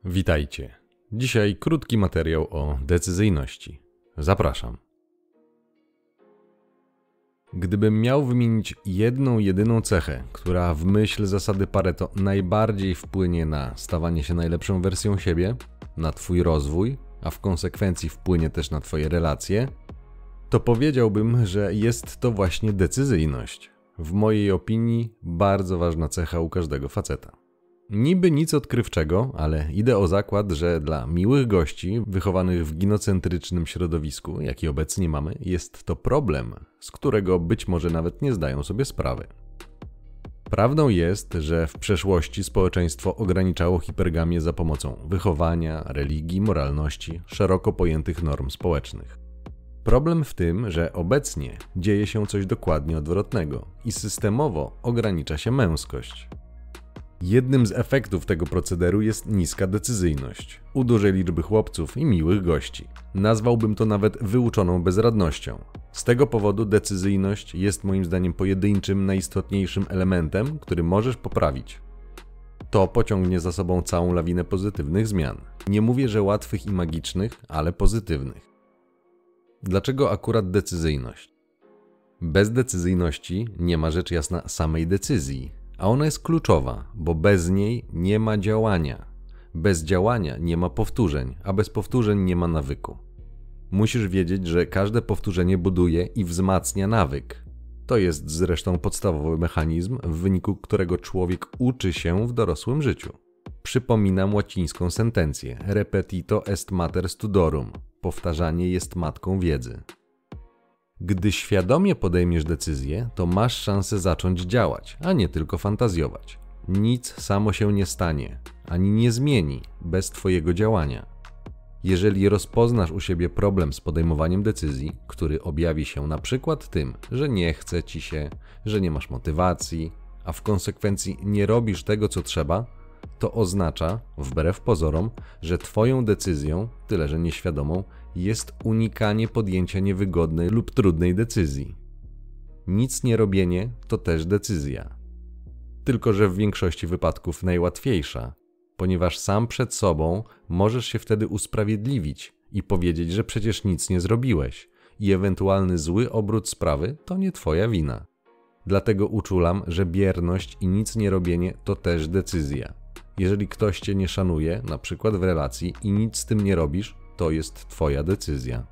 Witajcie. Dzisiaj krótki materiał o decyzyjności. Zapraszam. Gdybym miał wymienić jedną jedyną cechę, która w myśl zasady Pareto najbardziej wpłynie na stawanie się najlepszą wersją siebie, na Twój rozwój, a w konsekwencji wpłynie też na Twoje relacje, to powiedziałbym, że jest to właśnie decyzyjność. W mojej opinii bardzo ważna cecha u każdego faceta. Niby nic odkrywczego, ale idę o zakład, że dla miłych gości wychowanych w ginocentrycznym środowisku, jaki obecnie mamy, jest to problem, z którego być może nawet nie zdają sobie sprawy. Prawdą jest, że w przeszłości społeczeństwo ograniczało hipergamię za pomocą wychowania, religii, moralności, szeroko pojętych norm społecznych. Problem w tym, że obecnie dzieje się coś dokładnie odwrotnego i systemowo ogranicza się męskość. Jednym z efektów tego procederu jest niska decyzyjność u dużej liczby chłopców i miłych gości. Nazwałbym to nawet wyuczoną bezradnością. Z tego powodu decyzyjność jest moim zdaniem pojedynczym, najistotniejszym elementem, który możesz poprawić. To pociągnie za sobą całą lawinę pozytywnych zmian. Nie mówię, że łatwych i magicznych, ale pozytywnych. Dlaczego akurat decyzyjność? Bez decyzyjności nie ma rzecz jasna samej decyzji. A ona jest kluczowa, bo bez niej nie ma działania. Bez działania nie ma powtórzeń, a bez powtórzeń nie ma nawyku. Musisz wiedzieć, że każde powtórzenie buduje i wzmacnia nawyk. To jest zresztą podstawowy mechanizm, w wyniku którego człowiek uczy się w dorosłym życiu. Przypominam łacińską sentencję: repetito est mater studorum. Powtarzanie jest matką wiedzy. Gdy świadomie podejmiesz decyzję, to masz szansę zacząć działać, a nie tylko fantazjować. Nic samo się nie stanie, ani nie zmieni bez Twojego działania. Jeżeli rozpoznasz u siebie problem z podejmowaniem decyzji, który objawi się na przykład tym, że nie chce Ci się, że nie masz motywacji, a w konsekwencji nie robisz tego, co trzeba, to oznacza, wbrew pozorom, że Twoją decyzją, tyle że nieświadomą, jest unikanie podjęcia niewygodnej lub trudnej decyzji. Nic nie robienie to też decyzja. Tylko że w większości wypadków najłatwiejsza, ponieważ sam przed sobą możesz się wtedy usprawiedliwić i powiedzieć, że przecież nic nie zrobiłeś i ewentualny zły obrót sprawy to nie Twoja wina. Dlatego uczulam, że bierność i nic nie robienie to też decyzja. Jeżeli ktoś Cię nie szanuje, na przykład w relacji, i nic z tym nie robisz, to jest Twoja decyzja.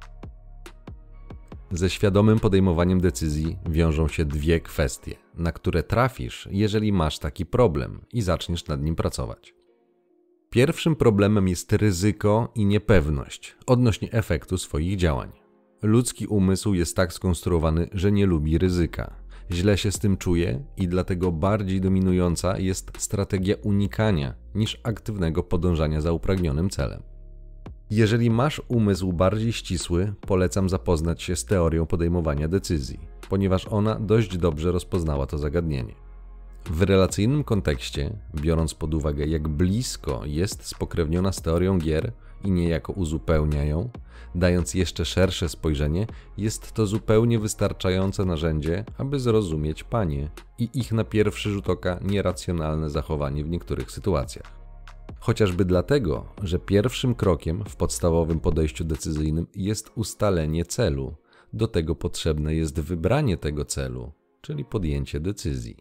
Ze świadomym podejmowaniem decyzji wiążą się dwie kwestie, na które trafisz, jeżeli masz taki problem i zaczniesz nad nim pracować. Pierwszym problemem jest ryzyko i niepewność odnośnie efektu swoich działań. Ludzki umysł jest tak skonstruowany, że nie lubi ryzyka. Źle się z tym czuje i dlatego bardziej dominująca jest strategia unikania niż aktywnego podążania za upragnionym celem. Jeżeli masz umysł bardziej ścisły, polecam zapoznać się z teorią podejmowania decyzji, ponieważ ona dość dobrze rozpoznała to zagadnienie. W relacyjnym kontekście, biorąc pod uwagę, jak blisko jest spokrewniona z teorią gier i niejako uzupełnia ją, dając jeszcze szersze spojrzenie, jest to zupełnie wystarczające narzędzie, aby zrozumieć panie i ich na pierwszy rzut oka nieracjonalne zachowanie w niektórych sytuacjach. Chociażby dlatego, że pierwszym krokiem w podstawowym podejściu decyzyjnym jest ustalenie celu. Do tego potrzebne jest wybranie tego celu, czyli podjęcie decyzji.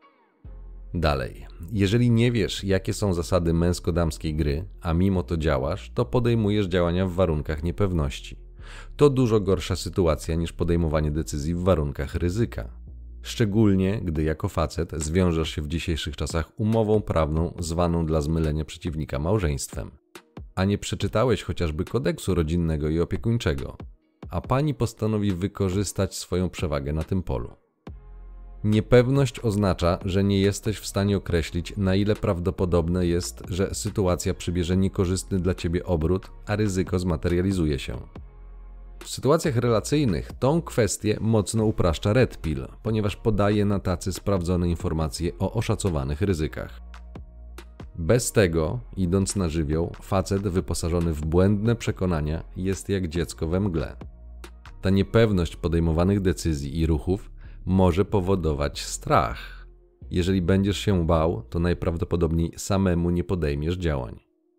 Dalej, jeżeli nie wiesz, jakie są zasady męsko-damskiej gry, a mimo to działasz, to podejmujesz działania w warunkach niepewności. To dużo gorsza sytuacja niż podejmowanie decyzji w warunkach ryzyka. Szczególnie, gdy jako facet zwiążesz się w dzisiejszych czasach umową prawną zwaną dla zmylenia przeciwnika małżeństwem. A nie przeczytałeś chociażby kodeksu rodzinnego i opiekuńczego, a pani postanowi wykorzystać swoją przewagę na tym polu. Niepewność oznacza, że nie jesteś w stanie określić, na ile prawdopodobne jest, że sytuacja przybierze niekorzystny dla ciebie obrót, a ryzyko zmaterializuje się. W sytuacjach relacyjnych tą kwestię mocno upraszcza Red Pill, ponieważ podaje na tacy sprawdzone informacje o oszacowanych ryzykach. Bez tego, idąc na żywioł, facet wyposażony w błędne przekonania jest jak dziecko we mgle. Ta niepewność podejmowanych decyzji i ruchów może powodować strach. Jeżeli będziesz się bał, to najprawdopodobniej samemu nie podejmiesz działań.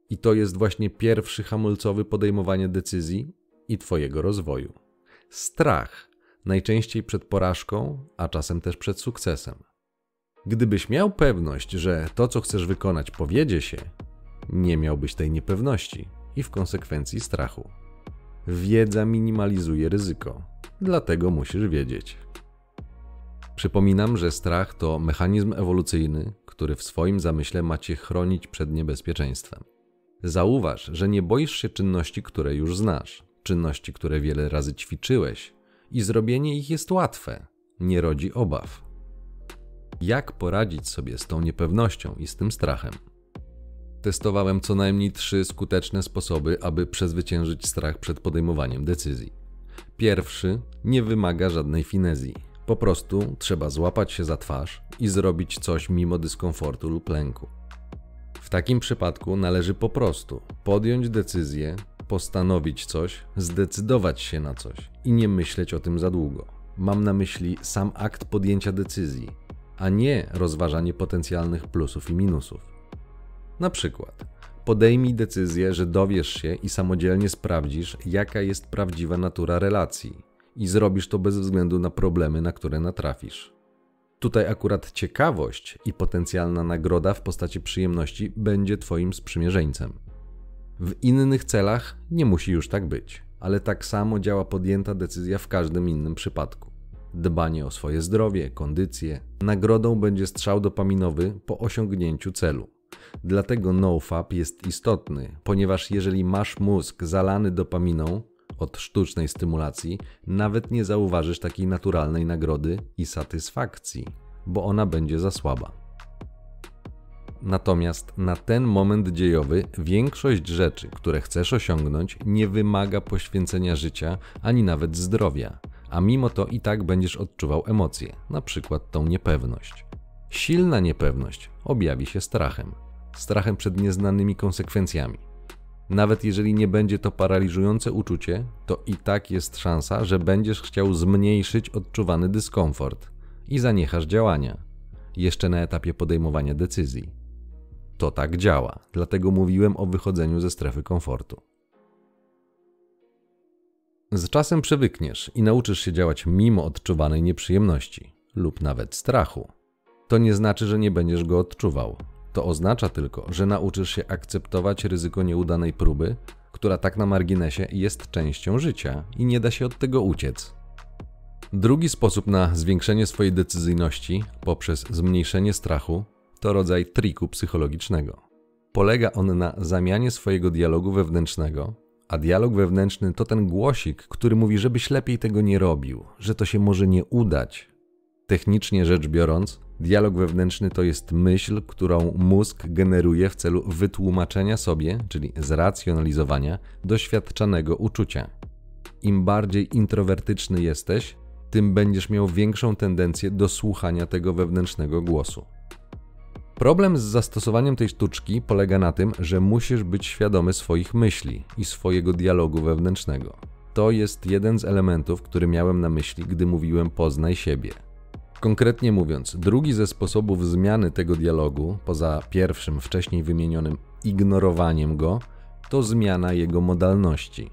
I to jest właśnie pierwszy hamulcowy podejmowania decyzji i Twojego rozwoju. Strach, najczęściej przed porażką, a czasem też przed sukcesem. Gdybyś miał pewność, że to, co chcesz wykonać, powiedzie się, nie miałbyś tej niepewności i w konsekwencji strachu. Wiedza minimalizuje ryzyko, dlatego musisz wiedzieć. Przypominam, że strach to mechanizm ewolucyjny, który w swoim zamyśle ma Cię chronić przed niebezpieczeństwem. Zauważ, że nie boisz się czynności, które już znasz, czynności, które wiele razy ćwiczyłeś i zrobienie ich jest łatwe, nie rodzi obaw. Jak poradzić sobie z tą niepewnością i z tym strachem? Testowałem co najmniej 3 skuteczne sposoby, aby przezwyciężyć strach przed podejmowaniem decyzji. Pierwszy nie wymaga żadnej finezji. Po prostu trzeba złapać się za twarz i zrobić coś mimo dyskomfortu lub lęku. W takim przypadku należy po prostu podjąć decyzję, postanowić coś, zdecydować się na coś i nie myśleć o tym za długo. Mam na myśli sam akt podjęcia decyzji, a nie rozważanie potencjalnych plusów i minusów. Na przykład, podejmij decyzję, że dowiesz się i samodzielnie sprawdzisz, jaka jest prawdziwa natura relacji i zrobisz to bez względu na problemy, na które natrafisz. Tutaj akurat ciekawość i potencjalna nagroda w postaci przyjemności będzie Twoim sprzymierzeńcem. W innych celach nie musi już tak być, ale tak samo działa podjęta decyzja w każdym innym przypadku. Dbanie o swoje zdrowie, kondycję. Nagrodą będzie strzał dopaminowy po osiągnięciu celu. Dlatego NoFap jest istotny, ponieważ jeżeli masz mózg zalany dopaminą od sztucznej stymulacji, nawet nie zauważysz takiej naturalnej nagrody i satysfakcji, bo ona będzie za słaba. Natomiast na ten moment dziejowy większość rzeczy, które chcesz osiągnąć, nie wymaga poświęcenia życia ani nawet zdrowia, a mimo to i tak będziesz odczuwał emocje, na przykład tą niepewność. Silna niepewność objawi się strachem. Strachem przed nieznanymi konsekwencjami. Nawet jeżeli nie będzie to paraliżujące uczucie, to i tak jest szansa, że będziesz chciał zmniejszyć odczuwany dyskomfort i zaniechasz działania, jeszcze na etapie podejmowania decyzji. To tak działa, dlatego mówiłem o wychodzeniu ze strefy komfortu. Z czasem przywykniesz i nauczysz się działać mimo odczuwanej nieprzyjemności lub nawet strachu. To nie znaczy, że nie będziesz go odczuwał. To oznacza tylko, że nauczysz się akceptować ryzyko nieudanej próby, która tak na marginesie jest częścią życia i nie da się od tego uciec. Drugi sposób na zwiększenie swojej decyzyjności poprzez zmniejszenie strachu to rodzaj triku psychologicznego. Polega on na zamianie swojego dialogu wewnętrznego, a dialog wewnętrzny to ten głosik, który mówi, żebyś lepiej tego nie robił, że to się może nie udać. Technicznie rzecz biorąc, dialog wewnętrzny to jest myśl, którą mózg generuje w celu wytłumaczenia sobie, czyli zracjonalizowania, doświadczanego uczucia. Im bardziej introwertyczny jesteś, tym będziesz miał większą tendencję do słuchania tego wewnętrznego głosu. Problem z zastosowaniem tej sztuczki polega na tym, że musisz być świadomy swoich myśli i swojego dialogu wewnętrznego. To jest jeden z elementów, który miałem na myśli, gdy mówiłem poznaj siebie. Konkretnie mówiąc, drugi ze sposobów zmiany tego dialogu, poza pierwszym wcześniej wymienionym ignorowaniem go, to zmiana jego modalności.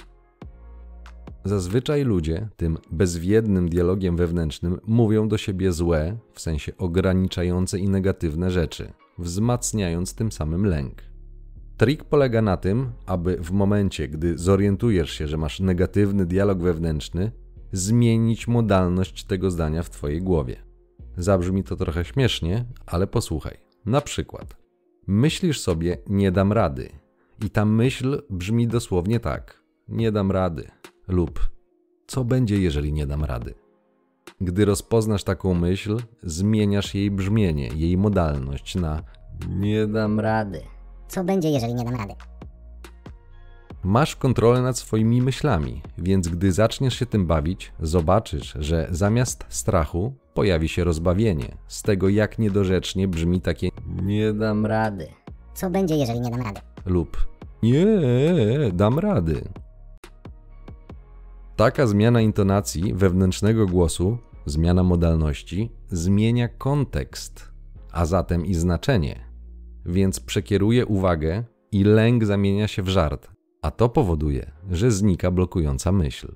Zazwyczaj ludzie tym bezwiednym dialogiem wewnętrznym mówią do siebie złe, w sensie ograniczające i negatywne rzeczy, wzmacniając tym samym lęk. Trik polega na tym, aby w momencie, gdy zorientujesz się, że masz negatywny dialog wewnętrzny, zmienić modalność tego zdania w twojej głowie. Zabrzmi to trochę śmiesznie, ale posłuchaj. Na przykład, myślisz sobie nie dam rady i ta myśl brzmi dosłownie tak: nie dam rady lub co będzie, jeżeli nie dam rady. Gdy rozpoznasz taką myśl, zmieniasz jej brzmienie, jej modalność na nie dam rady. Co będzie, jeżeli nie dam rady? Masz kontrolę nad swoimi myślami, więc gdy zaczniesz się tym bawić, zobaczysz, że zamiast strachu pojawi się rozbawienie z tego, jak niedorzecznie brzmi takie nie dam rady. Co będzie, jeżeli nie dam rady? Lub nie dam rady. Taka zmiana intonacji wewnętrznego głosu, zmiana modalności, zmienia kontekst, a zatem i znaczenie, więc przekieruje uwagę i lęk zamienia się w żart, a to powoduje, że znika blokująca myśl.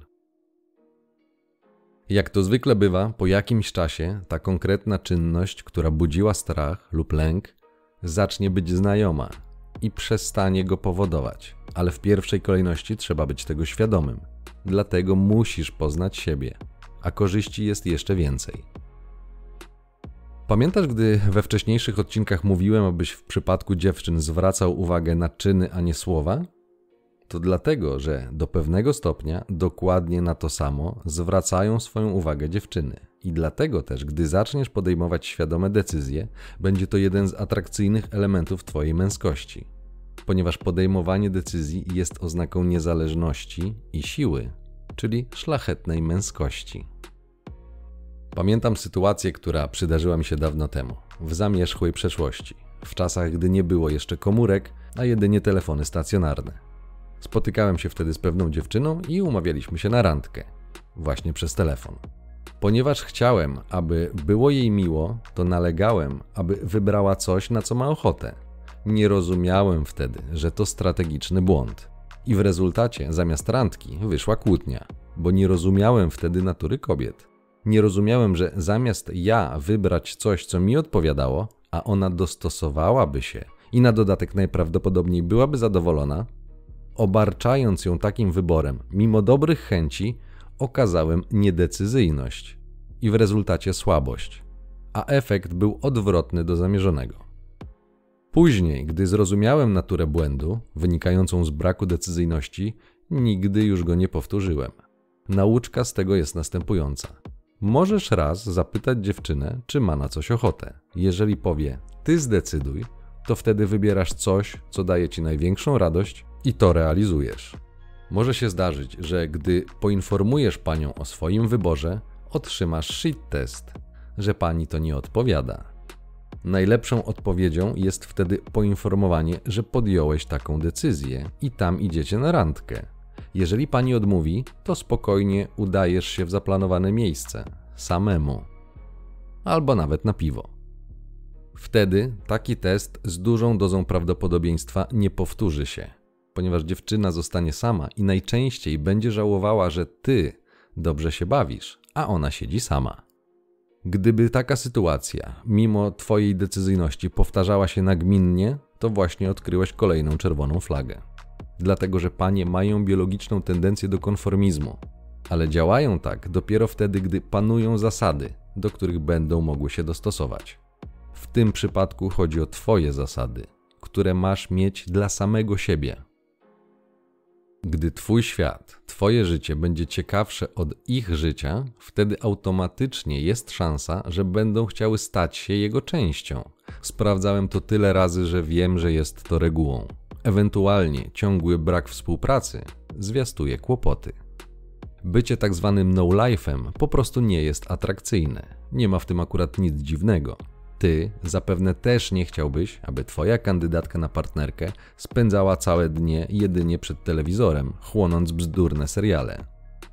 Jak to zwykle bywa, po jakimś czasie ta konkretna czynność, która budziła strach lub lęk, zacznie być znajoma i przestanie go powodować, ale w pierwszej kolejności trzeba być tego świadomym. Dlatego musisz poznać siebie, a korzyści jest jeszcze więcej. Pamiętasz, gdy we wcześniejszych odcinkach mówiłem, abyś w przypadku dziewczyn zwracał uwagę na czyny, a nie słowa? To dlatego, że do pewnego stopnia dokładnie na to samo zwracają swoją uwagę dziewczyny. I dlatego też, gdy zaczniesz podejmować świadome decyzje, będzie to jeden z atrakcyjnych elementów twojej męskości. Ponieważ podejmowanie decyzji jest oznaką niezależności i siły, czyli szlachetnej męskości. Pamiętam sytuację, która przydarzyła mi się dawno temu, w zamierzchłej przeszłości, w czasach, gdy nie było jeszcze komórek, a jedynie telefony stacjonarne. Spotykałem się wtedy z pewną dziewczyną i umawialiśmy się na randkę, właśnie przez telefon. Ponieważ chciałem, aby było jej miło, to nalegałem, aby wybrała coś, na co ma ochotę. Nie rozumiałem wtedy, że to strategiczny błąd. I w rezultacie zamiast randki wyszła kłótnia, bo nie rozumiałem wtedy natury kobiet. Nie rozumiałem, że zamiast ja wybrać coś, co mi odpowiadało, a ona dostosowałaby się i na dodatek najprawdopodobniej byłaby zadowolona, obarczając ją takim wyborem, mimo dobrych chęci, okazałem niedecyzyjność i w rezultacie słabość, a efekt był odwrotny do zamierzonego. Później, gdy zrozumiałem naturę błędu, wynikającą z braku decyzyjności, nigdy już go nie powtórzyłem. Nauczka z tego jest następująca. Możesz raz zapytać dziewczynę, czy ma na coś ochotę. Jeżeli powie, ty zdecyduj, to wtedy wybierasz coś, co daje ci największą radość i to realizujesz. Może się zdarzyć, że gdy poinformujesz panią o swoim wyborze, otrzymasz shit test, że pani to nie odpowiada. Najlepszą odpowiedzią jest wtedy poinformowanie, że podjąłeś taką decyzję i tam idziecie na randkę. Jeżeli pani odmówi, to spokojnie udajesz się w zaplanowane miejsce, samemu. Albo nawet na piwo. Wtedy taki test z dużą dozą prawdopodobieństwa nie powtórzy się, ponieważ dziewczyna zostanie sama i najczęściej będzie żałowała, że ty dobrze się bawisz, a ona siedzi sama. Gdyby taka sytuacja, mimo twojej decyzyjności, powtarzała się nagminnie, to właśnie odkryłeś kolejną czerwoną flagę. Dlatego, że panie mają biologiczną tendencję do konformizmu, ale działają tak dopiero wtedy, gdy panują zasady, do których będą mogły się dostosować. W tym przypadku chodzi o twoje zasady, które masz mieć dla samego siebie. Gdy twój świat, twoje życie będzie ciekawsze od ich życia, wtedy automatycznie jest szansa, że będą chciały stać się jego częścią. Sprawdzałem to tyle razy, że wiem, że jest to regułą. Ewentualnie ciągły brak współpracy zwiastuje kłopoty. Bycie tak zwanym no-life'em po prostu nie jest atrakcyjne. Nie ma w tym akurat nic dziwnego. Ty zapewne też nie chciałbyś, aby twoja kandydatka na partnerkę spędzała całe dnie jedynie przed telewizorem, chłonąc bzdurne seriale.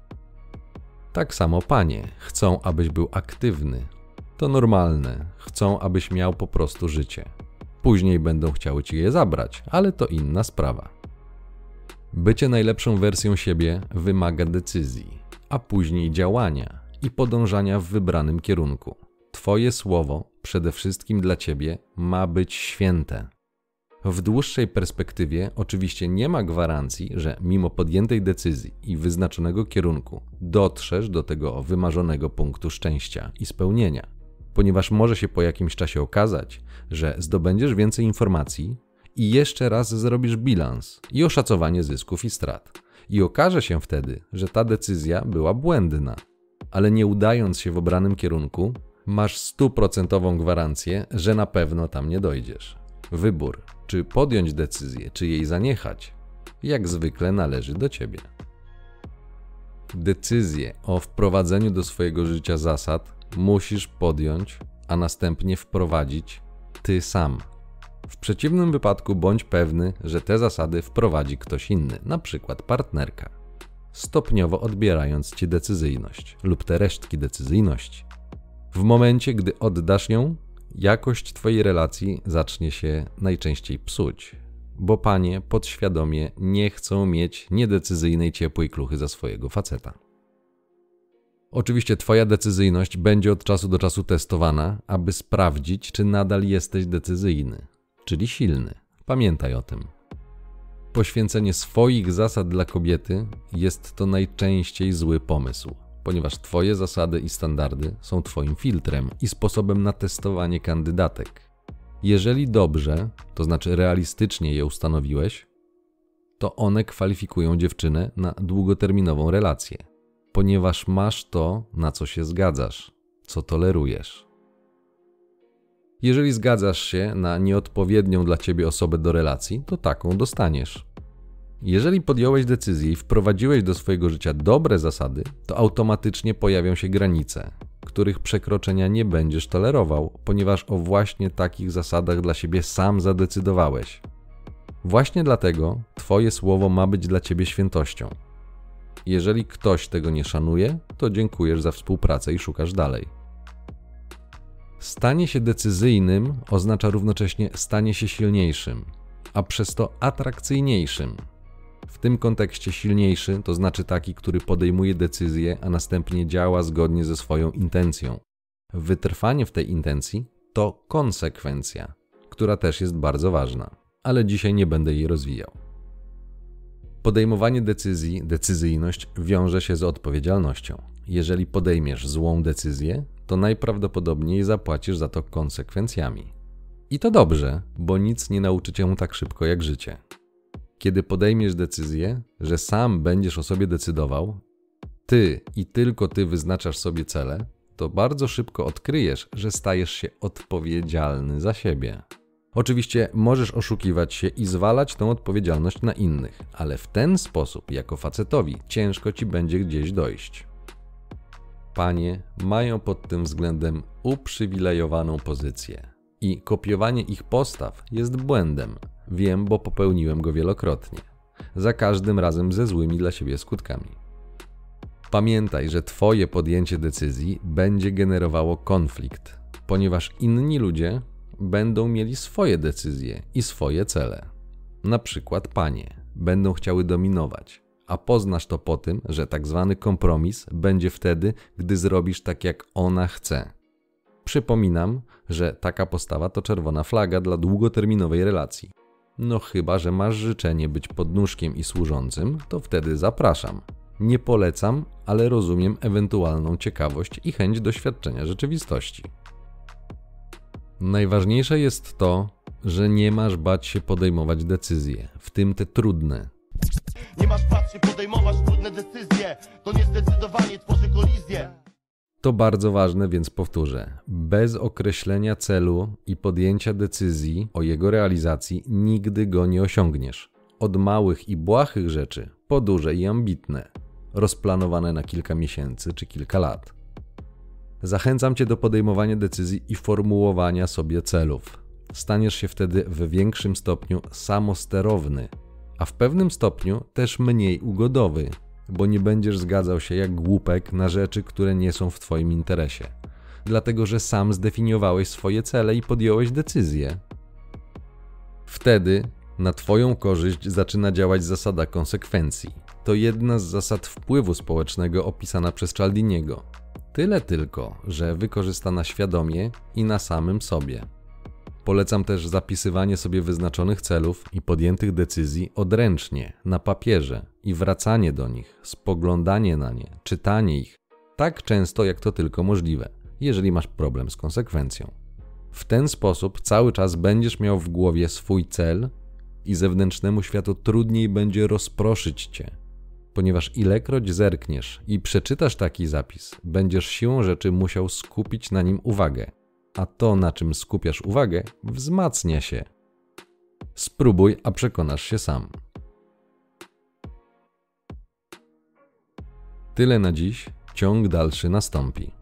Tak samo panie chcą, abyś był aktywny. To normalne. Chcą, abyś miał po prostu życie. Później będą chciały ci je zabrać, ale to inna sprawa. Bycie najlepszą wersją siebie wymaga decyzji, a później działania i podążania w wybranym kierunku. Twoje słowo, przede wszystkim dla ciebie, ma być święte. W dłuższej perspektywie oczywiście nie ma gwarancji, że mimo podjętej decyzji i wyznaczonego kierunku dotrzesz do tego wymarzonego punktu szczęścia i spełnienia, ponieważ może się po jakimś czasie okazać, że zdobędziesz więcej informacji i jeszcze raz zrobisz bilans i oszacowanie zysków i strat. I okaże się wtedy, że ta decyzja była błędna, ale nie udając się w obranym kierunku, masz 100% gwarancję, że na pewno tam nie dojdziesz. Wybór, czy podjąć decyzję, czy jej zaniechać, jak zwykle należy do ciebie. Decyzję o wprowadzeniu do swojego życia zasad musisz podjąć, a następnie wprowadzić ty sam. W przeciwnym wypadku bądź pewny, że te zasady wprowadzi ktoś inny, na przykład partnerka, stopniowo odbierając ci decyzyjność lub te resztki decyzyjności. W momencie, gdy oddasz ją, jakość twojej relacji zacznie się najczęściej psuć, bo panie podświadomie nie chcą mieć niedecyzyjnej ciepłej kluchy za swojego faceta. Oczywiście twoja decyzyjność będzie od czasu do czasu testowana, aby sprawdzić, czy nadal jesteś decyzyjny, czyli silny. Pamiętaj o tym. Poświęcenie swoich zasad dla kobiety jest to najczęściej zły pomysł, ponieważ twoje zasady i standardy są twoim filtrem i sposobem na testowanie kandydatek. Jeżeli dobrze, to znaczy realistycznie je ustanowiłeś, to one kwalifikują dziewczynę na długoterminową relację, ponieważ masz to, na co się zgadzasz, co tolerujesz. Jeżeli zgadzasz się na nieodpowiednią dla ciebie osobę do relacji, to taką dostaniesz. Jeżeli podjąłeś decyzję i wprowadziłeś do swojego życia dobre zasady, to automatycznie pojawią się granice, których przekroczenia nie będziesz tolerował, ponieważ o właśnie takich zasadach dla siebie sam zadecydowałeś. Właśnie dlatego twoje słowo ma być dla ciebie świętością. Jeżeli ktoś tego nie szanuje, to dziękujesz za współpracę i szukasz dalej. Stanie się decyzyjnym oznacza równocześnie stanie się silniejszym, a przez to atrakcyjniejszym. W tym kontekście silniejszy to znaczy taki, który podejmuje decyzję, a następnie działa zgodnie ze swoją intencją. Wytrwanie w tej intencji to konsekwencja, która też jest bardzo ważna, ale dzisiaj nie będę jej rozwijał. Podejmowanie decyzji, decyzyjność wiąże się z odpowiedzialnością. Jeżeli podejmiesz złą decyzję, to najprawdopodobniej zapłacisz za to konsekwencjami. I to dobrze, bo nic nie nauczy cię tak szybko jak życie. Kiedy podejmiesz decyzję, że sam będziesz o sobie decydował, ty i tylko ty wyznaczasz sobie cele, to bardzo szybko odkryjesz, że stajesz się odpowiedzialny za siebie. Oczywiście możesz oszukiwać się i zwalać tę odpowiedzialność na innych, ale w ten sposób, jako facetowi, ciężko ci będzie gdzieś dojść. Panie mają pod tym względem uprzywilejowaną pozycję i kopiowanie ich postaw jest błędem. Wiem, bo popełniłem go wielokrotnie. Za każdym razem ze złymi dla siebie skutkami. Pamiętaj, że twoje podjęcie decyzji będzie generowało konflikt, ponieważ inni ludzie będą mieli swoje decyzje i swoje cele. Na przykład panie będą chciały dominować, a poznasz to po tym, że tak zwany kompromis będzie wtedy, gdy zrobisz tak jak ona chce. Przypominam, że taka postawa to czerwona flaga dla długoterminowej relacji. No chyba, że masz życzenie być podnóżkiem i służącym, to wtedy zapraszam. Nie polecam, ale rozumiem ewentualną ciekawość i chęć doświadczenia rzeczywistości. Najważniejsze jest to, że nie masz bać się podejmować decyzje, w tym te trudne. Nie masz bać się podejmować trudne decyzje, to niezdecydowanie tworzy kolizję. To bardzo ważne, więc powtórzę. Bez określenia celu i podjęcia decyzji o jego realizacji nigdy go nie osiągniesz. Od małych i błahych rzeczy po duże i ambitne, rozplanowane na kilka miesięcy czy kilka lat. Zachęcam cię do podejmowania decyzji i formułowania sobie celów. Staniesz się wtedy w większym stopniu samosterowny, a w pewnym stopniu też mniej ugodowy, bo nie będziesz zgadzał się jak głupek na rzeczy, które nie są w twoim interesie. Dlatego, że sam zdefiniowałeś swoje cele i podjąłeś decyzję. Wtedy na twoją korzyść zaczyna działać zasada konsekwencji. To jedna z zasad wpływu społecznego opisana przez Cialdiniego. Tyle tylko, że wykorzystana świadomie i na samym sobie. Polecam też zapisywanie sobie wyznaczonych celów i podjętych decyzji odręcznie, na papierze i wracanie do nich, spoglądanie na nie, czytanie ich, tak często jak to tylko możliwe, jeżeli masz problem z konsekwencją. W ten sposób cały czas będziesz miał w głowie swój cel i zewnętrznemu światu trudniej będzie rozproszyć cię, ponieważ ilekroć zerkniesz i przeczytasz taki zapis, będziesz siłą rzeczy musiał skupić na nim uwagę. A to, na czym skupiasz uwagę, wzmacnia się. Spróbuj, a przekonasz się sam. Tyle na dziś, ciąg dalszy nastąpi.